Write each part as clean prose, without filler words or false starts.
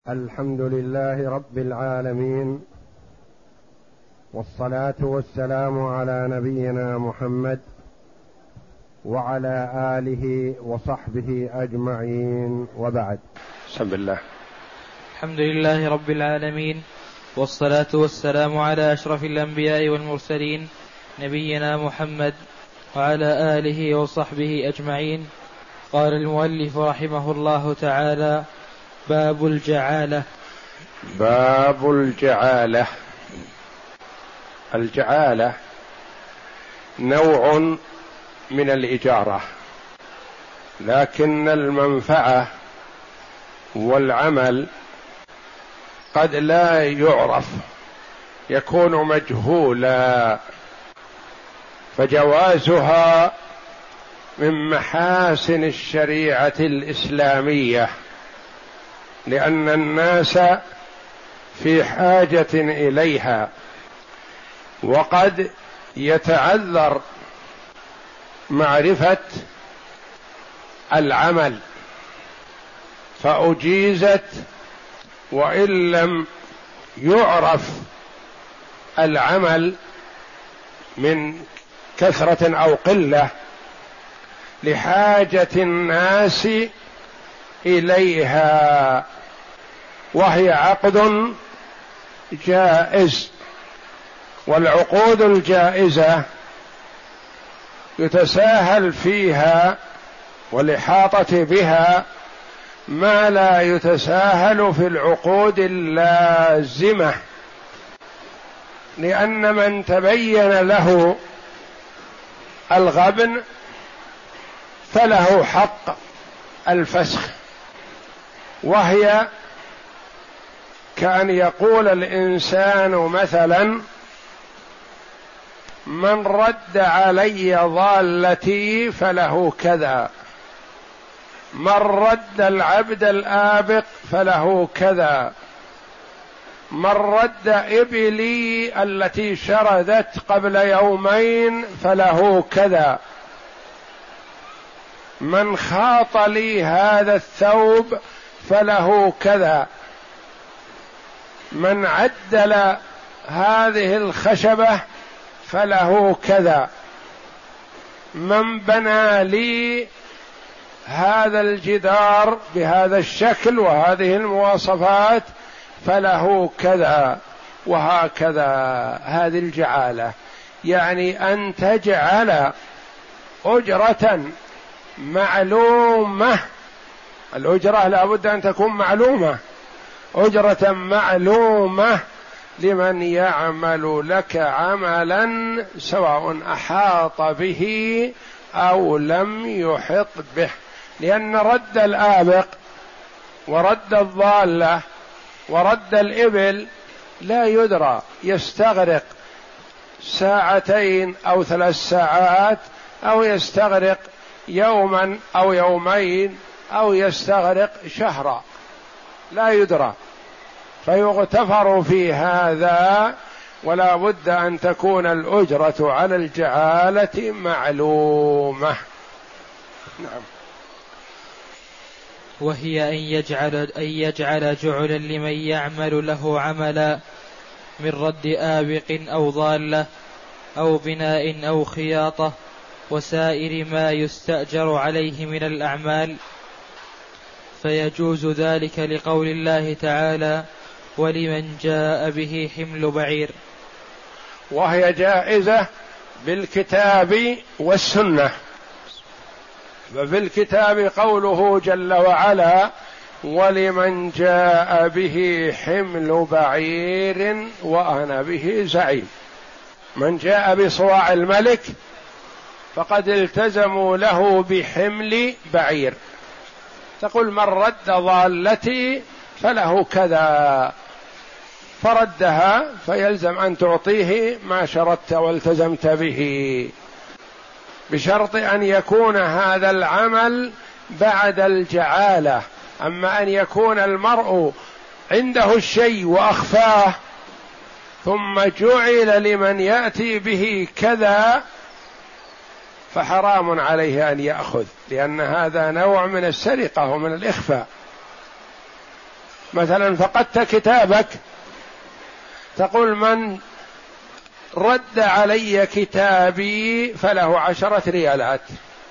الحمد لله رب العالمين، والصلاة والسلام على نبينا محمد وعلى آله وصحبه أجمعين، وبعد. بسم الله. الحمد لله رب العالمين، والصلاة والسلام على أشرف الأنبياء والمرسلين نبينا محمد وعلى آله وصحبه أجمعين. قال المؤلف رحمه الله تعالى: باب الجعالة. باب الجعالة. الجعالة نوع من الإجارة، لكن المنفعة والعمل قد لا يعرف، يكون مجهولا، فجوازها من محاسن الشريعة الإسلامية، لأن الناس في حاجة إليها، وقد يتعذر معرفة العمل فأجيزت، وإن لم يعرف العمل من كثرة أو قلة لحاجة الناس إليها، وهي عقد جائز. والعقود الجائزة يتساهل فيها والإحاطة بها ما لا يتساهل في العقود اللازمة، لأن من تبين له الغبن فله حق الفسخ، وهي كأن يقول الإنسان مثلا: من رد علي ضالتي فله كذا، من رد العبد الآبق فله كذا، من رد إبلي التي شردت قبل يومين فله كذا، من خاط لي هذا الثوب فله كذا، من عدل هذه الخشبة فله كذا، من بنى لي هذا الجدار بهذا الشكل وهذه المواصفات فله كذا، وهكذا. هذه الجعالة، يعني أن تجعل أجرة معلومة، الأجرة لا بد أن تكون معلومة، أجرة معلومة لمن يعمل لك عملا سواء أحاط به أو لم يحط به، لأن رد الآبق ورد الضالة ورد الإبل لا يدرى، يستغرق ساعتين أو 3 ساعات، أو يستغرق يوما أو يومين، أو يستغرق شهرا، لا يدرى، فيغتفر في هذا. ولا بد أن تكون الأجرة على الجعالة معلومة. نعم. وهي أن يجعل جعلا لمن يعمل له عملا من رد آبق أو ضالة أو بناء أو خياطة وسائر ما يستأجر عليه من الأعمال، فيجوز ذلك لقول الله تعالى: ولمن جاء به حمل بعير. وهي جائزة بالكتاب والسنة. ففي الكتاب قوله جل وعلا: ولمن جاء به حمل بعير وأنا به زعيم. من جاء بصواع الملك فقد التزموا له بحمل بعير، تقول: من رد ضالتي فله كذا، فردها فيلزم أن تعطيه ما شرطت والتزمت به، بشرط أن يكون هذا العمل بعد الجعالة. أما أن يكون المرء عنده الشيء وأخفاه ثم جعل لمن يأتي به كذا فحرام عليه أن يأخذ، لأن هذا نوع من السرقة ومن الإخفاء. مثلا فقدت كتابك، تقول من رد علي كتابي فله 10 ريالات.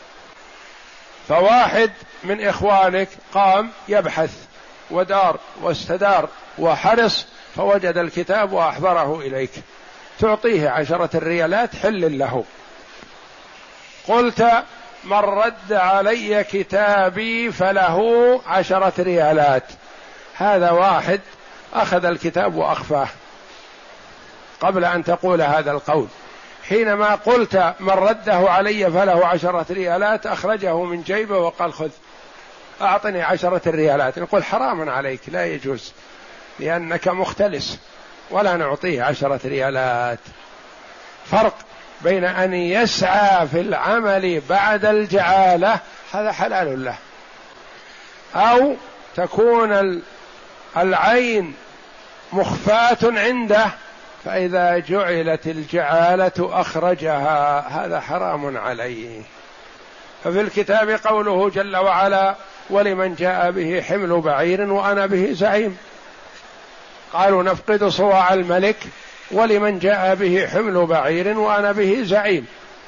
فواحد من إخوانك قام يبحث ودار واستدار وحرص فوجد الكتاب وأحضره إليك، تعطيه 10 ريالات حل له. قلت من رد علي كتابي فله 10 ريالات، هذا واحد أخذ الكتاب وأخفاه قبل أن تقول هذا القول. حينما قلت من رده علي فله 10 ريالات أخرجه من جيبه وقال خذ أعطني 10 ريالات، نقول حرام عليك، لا يجوز، لأنك مختلس ولا نعطيه 10 ريالات. فرق بين أن يسعى في العمل بعد الجعالة، هذا حلال له، أو تكون العين مخفاة عنده فإذا جعلت الجعالة أخرجها، هذا حرام عليه. ففي الكتاب قوله جل وعلا ولمن جاء به حمل بعير وأنا به زعيم، قالوا نفقد صواع الملك ولمن جاء به حمل بعير وأنا به زعيم،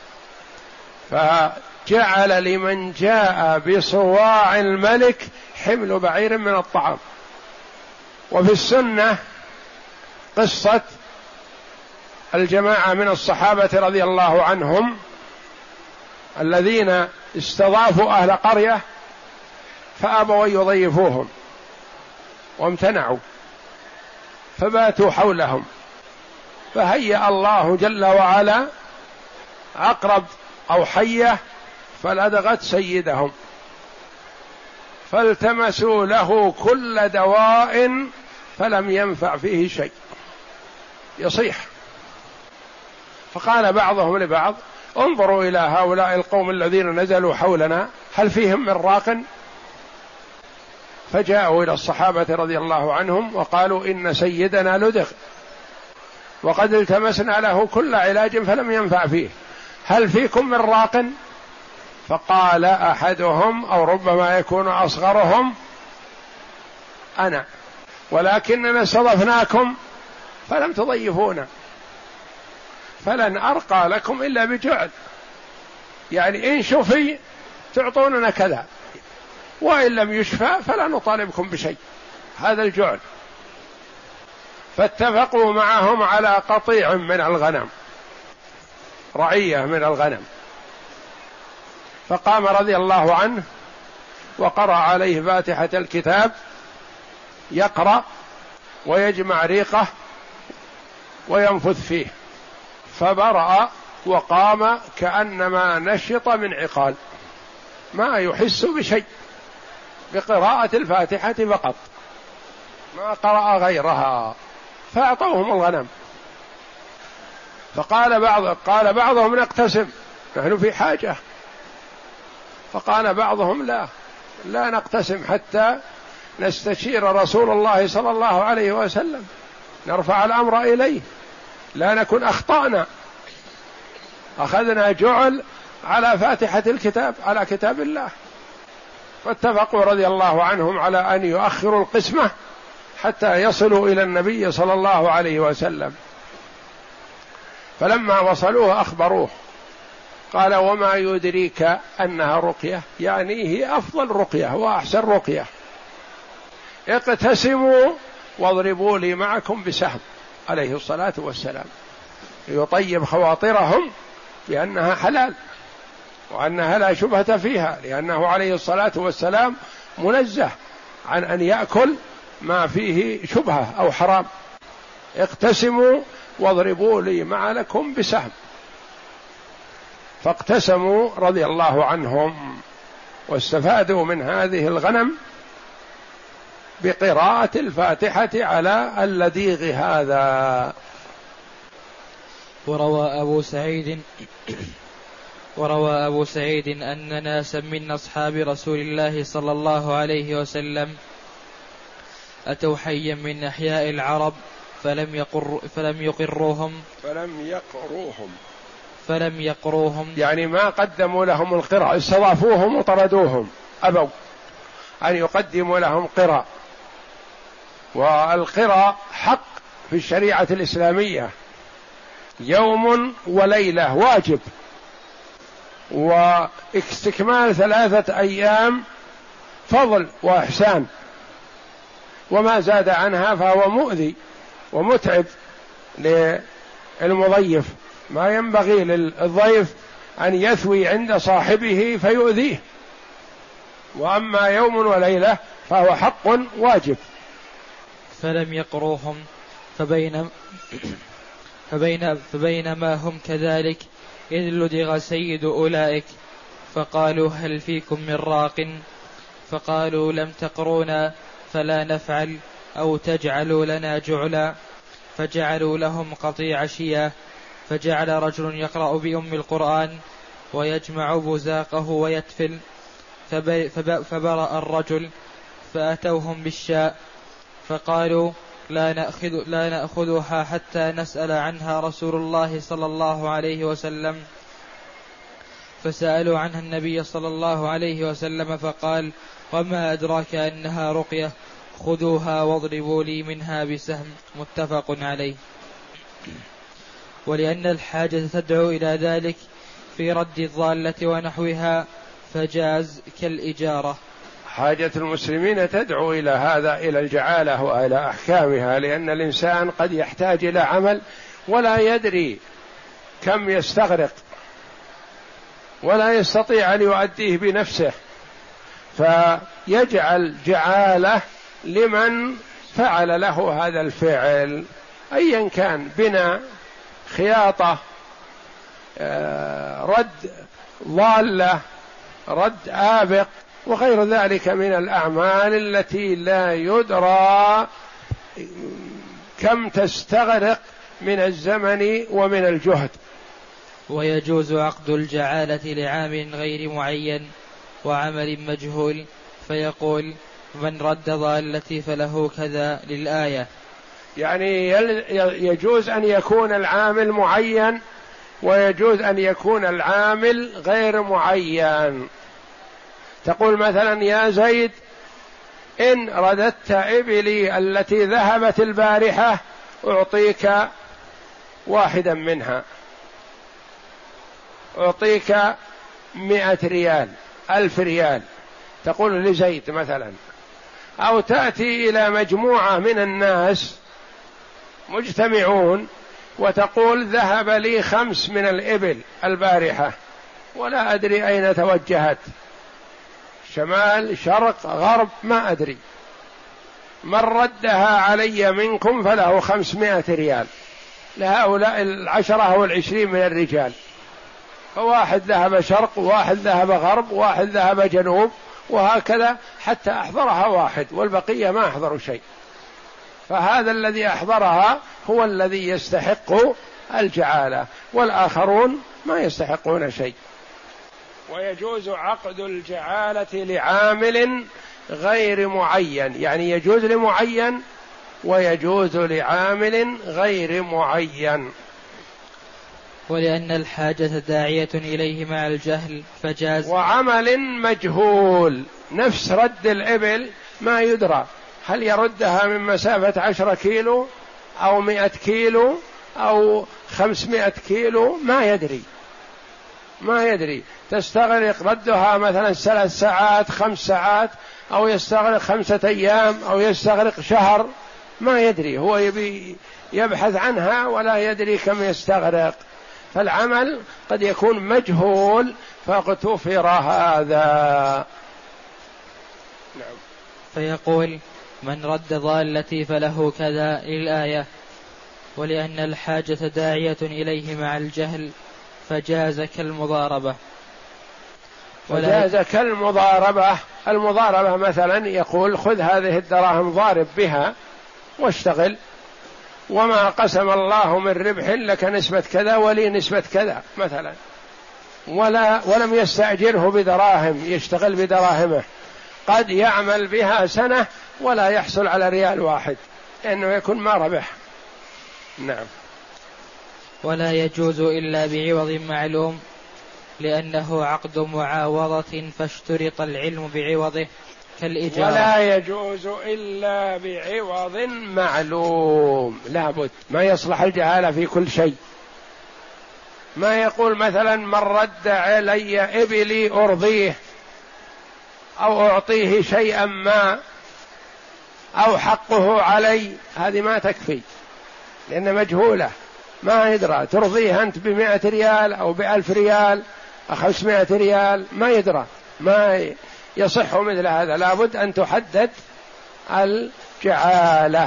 فجعل لمن جاء بصواع الملك حمل بعير من الطعام. وفي السنة قصة الجماعة من الصحابة رضي الله عنهم الذين استضافوا أهل قرية فأبوا يضيفوهم وامتنعوا، فباتوا حولهم، فهيأ الله جل وعلا عقرب أو حية فلدغت سيدهم، فالتمسوا له كل دواء فلم ينفع فيه شيء، يصيح. فقال بعضهم لبعض انظروا إلى هؤلاء القوم الذين نزلوا حولنا هل فيهم من راق؟ فجاءوا إلى الصحابة رضي الله عنهم وقالوا إن سيدنا لدغ وقد التمسنا له كل علاج فلم ينفع فيه، هل فيكم من راق؟ فقال أحدهم أو ربما يكون أصغرهم أنا، ولكننا استضفناكم فلم تضيفونا، فلن أرقى لكم إلا بجعل، يعني إن شفي تعطوننا كذا، وإن لم يشفى فلا نطالبكم بشيء، هذا الجعل. فاتفقوا معهم على قطيع من الغنم، رعية من الغنم، فقام رضي الله عنه وقرأ عليه فاتحة الكتاب، يقرأ ويجمع ريقه وينفث فيه، فبرأ وقام كأنما نشط من عقال، ما يحس بشيء بقراءة الفاتحة فقط، ما قرأ غيرها، فأعطوهم الغنم. قال بعضهم نقتسم نحن في حاجة، فقال بعضهم لا نقتسم حتى نستشير رسول الله صلى الله عليه وسلم، نرفع الأمر إليه، لا نكن أخطأنا، أخذنا جعل على فاتحة الكتاب على كتاب الله. فاتفقوا رضي الله عنهم على أن يؤخروا القسمة حتى يصلوا إلى النبي صلى الله عليه وسلم. فلما وصلوه أخبروه، قال وما يدريك أنها رقية، يعني هي أفضل رقية وأحسن رقية، اقتسموا واضربوا لي معكم بسهم، عليه الصلاة والسلام، يطيب خواطرهم بأنها حلال وأنها لا شبهة فيها، لأنه عليه الصلاة والسلام منزه عن أن يأكل ما فيه شبهة أو حرام. اقتسموا واضربوا لي معكم بسهم. فاقتسموا رضي الله عنهم واستفادوا من هذه الغنم بقراءة الفاتحة على اللديغ هذا. وروى أبو سعيد أن ناسا من أصحاب رسول الله صلى الله عليه وسلم أتوا حيا من أحياء العرب فلم يقروهم يعني ما قدموا لهم القراء، استضافوهم وطردوهم، أبوا أن يقدموا لهم قراء، والقراء حق في الشريعة الإسلامية، يوم وليلة واجب، واستكمال 3 أيام فضل وإحسان، وما زاد عنها فهو مؤذي ومتعب للمضيف. ما ينبغي للضيف أن يثوي عند صاحبه فيؤذيه، وأما يوم وليلة فهو حق واجب. فلم يقروهم فبينما هم كذلك إذ لدغ سيد أولئك فقالوا هل فيكم من راق؟ فقالوا لم تقرونا فلا نفعل، أو تجعلوا لنا جعلا. فجعلوا لهم قطيع شياه، فجعل رجل يقرأ بأم القرآن ويجمع بزاقه ويتفل، فبرأ الرجل، فأتوهم بالشاء فقالوا لا نأخذها حتى نسأل عنها رسول الله صلى الله عليه وسلم. فسألوا عنها النبي صلى الله عليه وسلم فقال وما أدراك أنها رقية، خذوها واضربوا لي منها بسهم. متفق عليه. ولأن الحاجة تدعو إلى ذلك في رد الضالة ونحوها فجاز كالإجارة. حاجة المسلمين تدعو إلى هذا، إلى الجعالة وإلى أحكامها، لأن الإنسان قد يحتاج إلى عمل ولا يدري كم يستغرق ولا يستطيع أن يؤديه بنفسه، فيجعل جعالة لمن فعل له هذا الفعل أيا كان، بناء، خياطة، رد ضالة، رد آبق، وغير ذلك من الأعمال التي لا يدرى كم تستغرق من الزمن ومن الجهد. ويجوز عقد الجعالة لعامل غير معين وعمل مجهول، فيقول من رد ضالتي فله كذا للآية. يعني يجوز أن يكون العامل معين ويجوز أن يكون العامل غير معين. تقول مثلا يا زيد إن رددت إبلي التي ذهبت البارحة أعطيك 1 منها، أعطيك 100 ريال، 1000 ريال، تقول لزيد مثلا. أو تأتي إلى مجموعة من الناس مجتمعون وتقول ذهب لي 5 من الإبل البارحة ولا أدري أين توجهت، شمال، شرق، غرب، ما أدري، من ردها علي منكم فله 500 ريال لهؤلاء 10 أو 20 من الرجال. فواحد ذهب شرق، وواحد ذهب غرب، وواحد ذهب جنوب، وهكذا حتى أحضرها واحد والبقية ما أحضروا شيء. فهذا الذي أحضرها هو الذي يستحق الجعالة، والآخرون ما يستحقون شيء. ويجوز عقد الجعالة لعامل غير معين، يعني يجوز لمعين ويجوز لعامل غير معين. ولأن الحاجة داعية إليه مع الجهل فجاز. وعمل مجهول، نفس رد الإبل ما يدرى هل يردها من مسافة 10 كيلو أو 100 كيلو أو 500 كيلو، ما يدري تستغرق ردها مثلا 3 ساعات 5 ساعات، أو يستغرق 5 أيام، أو يستغرق شهر، ما يدري، هو يبحث عنها ولا يدري كم يستغرق. فالعمل قد يكون مجهول فاغتفر هذا. نعم. فيقول من رد ضالتي فله كذا للآية. ولأن الحاجة داعية إليه مع الجهل فجاز كالمضاربة. المضاربة مثلا يقول خذ هذه الدراهم ضارب بها واشتغل، وما قسم الله من ربح لك نسبة كذا ولي نسبة كذا مثلا، ولم يستأجره بدراهم، يشتغل بدراهمه، قد يعمل بها سنة ولا يحصل على ريال واحد لأنه يكون ما ربح. نعم. ولا يجوز إلا بعوض معلوم، لأنه عقد معاوضة فاشترط العلم بعوضه، كالإجارة. ولا يجوز إلا بعوض معلوم، لابد، ما يصلح الجهالة في كل شيء. ما يقول مثلا من رد علي إبلي أرضيه أو أعطيه شيئا ما أو حقه علي، هذه ما تكفي لأن مجهولة، ما يدرى، ترضيه أنت ب100 ريال أو ب1000 ريال أو 500 ريال، ما يدرى، ما يصح مثل هذا، لابد أن تحدد الجعالة.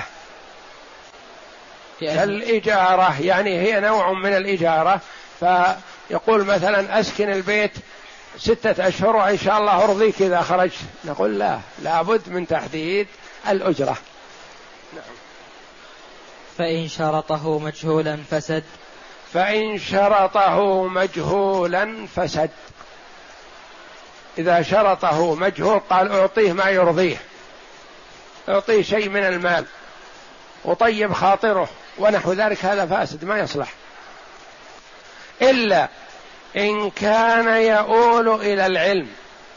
الإجارة يعني هي نوع من الإجارة، فيقول مثلا أسكن البيت 6 أشهر وإن شاء الله أرضيك إذا خرجت، نقول لا، لابد من تحديد الأجرة. نعم. فإن شرطه مجهولا فسد. فإن شرطه مجهولا فسد، إذا شرطه مجهول، قال أعطيه ما يرضيه، أعطيه شيء من المال وطيب خاطره ونحو ذلك، هذا فاسد ما يصلح، إلا إن كان يؤول إلى العلم،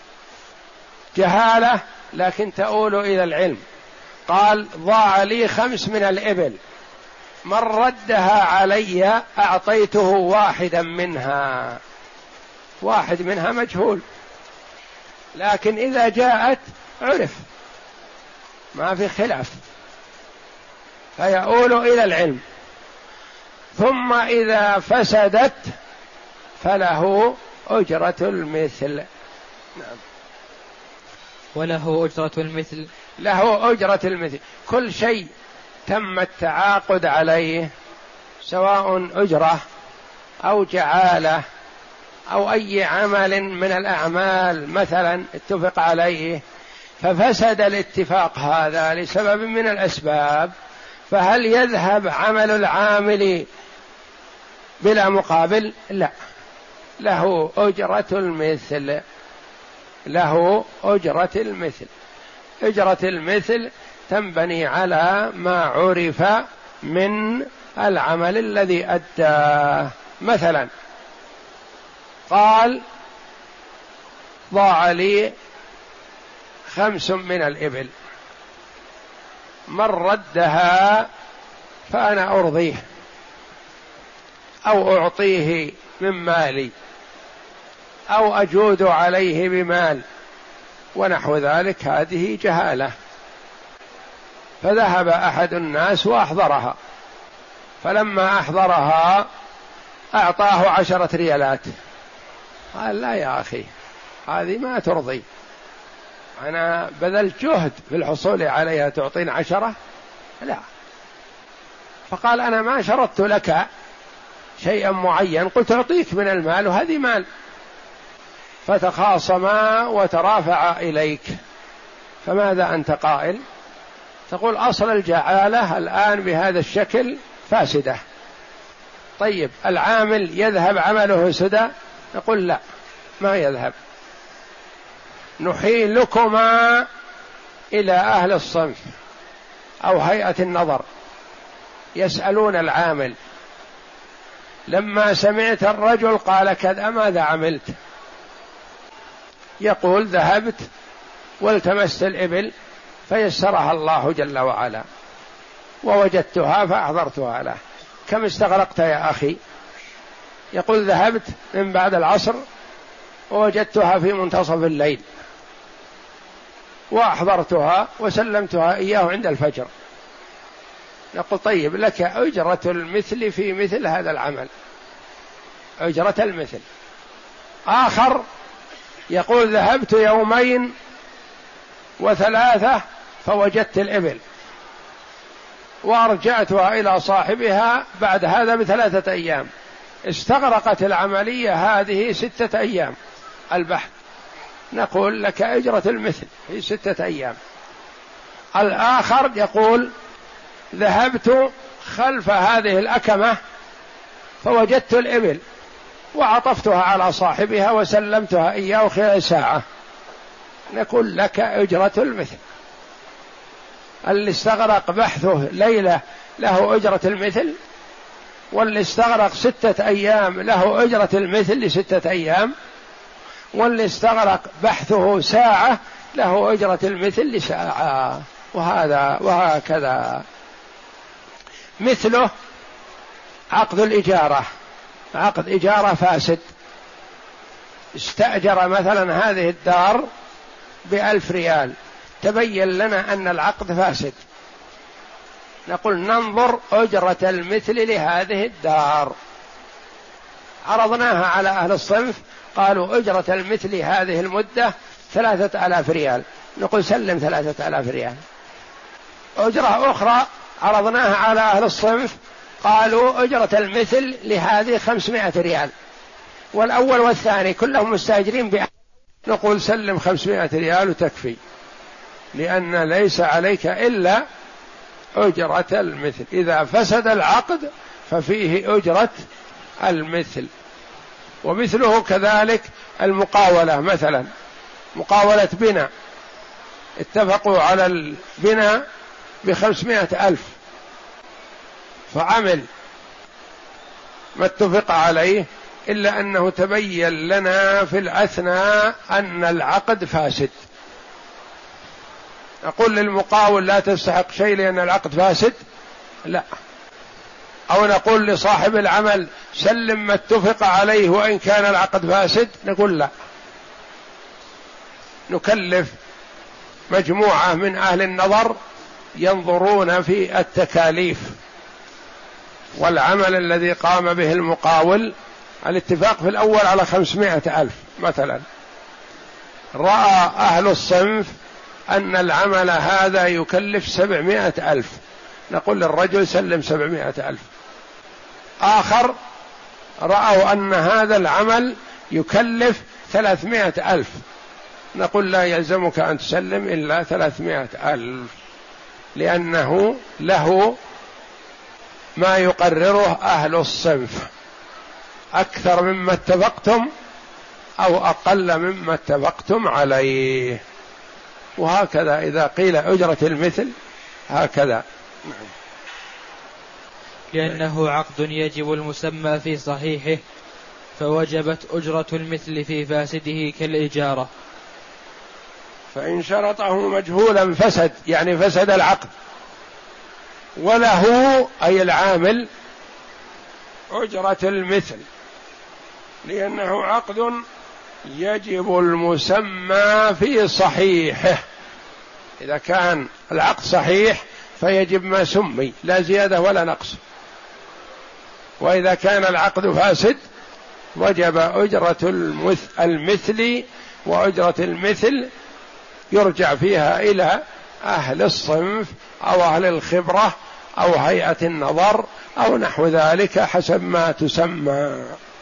جهالة لكن تؤول إلى العلم. قال ضاع لي 5 من الإبل، من ردها علي أعطيته واحدا منها، واحد منها مجهول، لكن إذا جاءت عرف، ما في خلاف، فيؤول إلى العلم. ثم إذا فسدت فله أجرة المثل. نعم. وله أجرة المثل. له أجرة المثل، كل شيء تم التعاقد عليه، سواء أجرة أو جعالة أو أي عمل من الأعمال مثلا اتفق عليه ففسد الاتفاق هذا لسبب من الأسباب، فهل يذهب عمل العامل بلا مقابل؟ لا، له أجرة المثل، له أجرة المثل. أجرة المثل تنبني على ما عرف من العمل الذي أداه. مثلا قال ضاع لي 5 من الإبل، من ردها فأنا أرضيه أو أعطيه من مالي أو أجود عليه بمال ونحو ذلك، هذه جهالة. فذهب أحد الناس وأحضرها، فلما أحضرها أعطاه 10 ريالات، قال لا يا أخي هذه ما ترضي، أنا بذلت جهد في الحصول عليها تعطيني 10؟ لا. فقال أنا ما شرطت لك شيئا معين، قلت أعطيك من المال وهذه مال. فتخاصما وترافعا إليك، فماذا أنت قائل؟ تقول أصل الجعالة الآن بهذا الشكل فاسدة. طيب العامل يذهب عمله سدى؟ نقول لا، ما يذهب، نحيلكما إلى أهل الصنف أو هيئة النظر، يسألون العامل لما سمعت الرجل قال كذا ماذا عملت؟ يقول ذهبت والتمست الإبل فيسرها الله جل وعلا ووجدتها فأحضرتها له. كم استغرقت يا أخي؟ يقول ذهبت من بعد العصر ووجدتها في منتصف الليل وأحضرتها وسلمتها إياه عند الفجر. نقول طيب لك أجرة المثل في مثل هذا العمل، أجرة المثل. آخر يقول ذهبت 2 و3 فوجدت الإبل وأرجعتها إلى صاحبها بعد هذا ب3 أيام، استغرقت العملية هذه 6 أيام البحث، نقول لك أجرة المثل في 6 أيام. الآخر يقول ذهبت خلف هذه الأكمة فوجدت الإبل وعطفتها على صاحبها وسلمتها إياه خلال ساعة، نقول لك أجرة المثل. اللي استغرق بحثه ليلة له أجرة المثل، واللي استغرق 6 أيام له أجرة المثل ل6 أيام، واللي استغرق بحثه ساعة له أجرة المثل لساعة، وهكذا. مثله عقد الإجارة، عقد إجارة فاسد، استأجر مثلا هذه الدار ب1,000 ريال، تبين لنا أن العقد فاسد، نقول ننظر أجرة المثل لهذه الدار، عرضناها على أهل الصنف قالوا أجرة المثل هذه المدة 3,000 ريال، نقول سلم 3,000 ريال. أجرة أخرى عرضناها على أهل الصنف قالوا أجرة المثل لهذه 500 ريال، والأول والثاني كلهم مستأجرين نقول سلم 500 ريال وتكفي، لأن ليس عليك إلا أجرة المثل. إذا فسد العقد ففيه أجرة المثل. ومثله كذلك المقاولة، مثلا مقاولة بناء، اتفقوا على البناء ب500,000 فعمل ما اتفق عليه، إلا أنه تبين لنا في الأثناء أن العقد فاسد، نقول للمقاول لا تستحق شيء لأن العقد فاسد؟ لا. أو نقول لصاحب العمل سلم ما اتفق عليه وإن كان العقد فاسد؟ نقول لا، نكلف مجموعة من أهل النظر ينظرون في التكاليف والعمل الذي قام به المقاول. الاتفاق في الأول على 500,000 مثلا، رأى أهل الصنف أن العمل هذا يكلف 700,000، نقول للرجل سلم 700,000. آخر رأوا أن هذا العمل يكلف 300,000، نقول لا يلزمك أن تسلم إلا 300,000، لأنه له ما يقرره أهل الصنف، أكثر مما اتفقتم أو أقل مما اتفقتم عليه. وهكذا إذا قيل أجرة المثل هكذا. لأنه عقد يجب المسمى في صحيحه، فوجبت أجرة المثل في فاسده كالإجارة. فإن شرطه مجهولا فسد، يعني فسد العقد، وله أي العامل أجرة المثل، لأنه عقد يجب المسمى في صحيحه. إذا كان العقد صحيح فيجب ما سمي، لا زيادة ولا نقص. وإذا كان العقد فاسد وجب أجرة المثل، وأجرة المثل يرجع فيها إلى أهل الصنف أو أهل الخبرة أو هيئة النظر أو نحو ذلك حسب ما تسمى.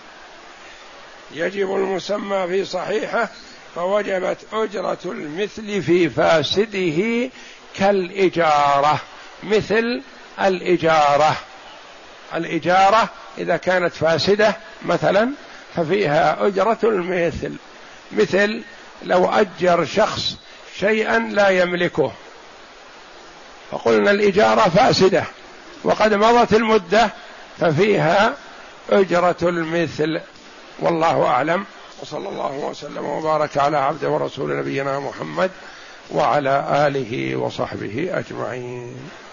يجب المسمى في صحيحه، فوجبت أجرة المثل في فاسده كالإجارة، مثل الإجارة. الإجارة إذا كانت فاسدة مثلا ففيها أجرة المثل، مثل لو أجر شخص شيئا لا يملكه فقلنا الإجارة فاسدة وقد مضت المدة ففيها أجرة المثل. والله أعلم، وصلى الله وسلم وبارك على عبده ورسول نبينا محمد وعلى آله وصحبه أجمعين.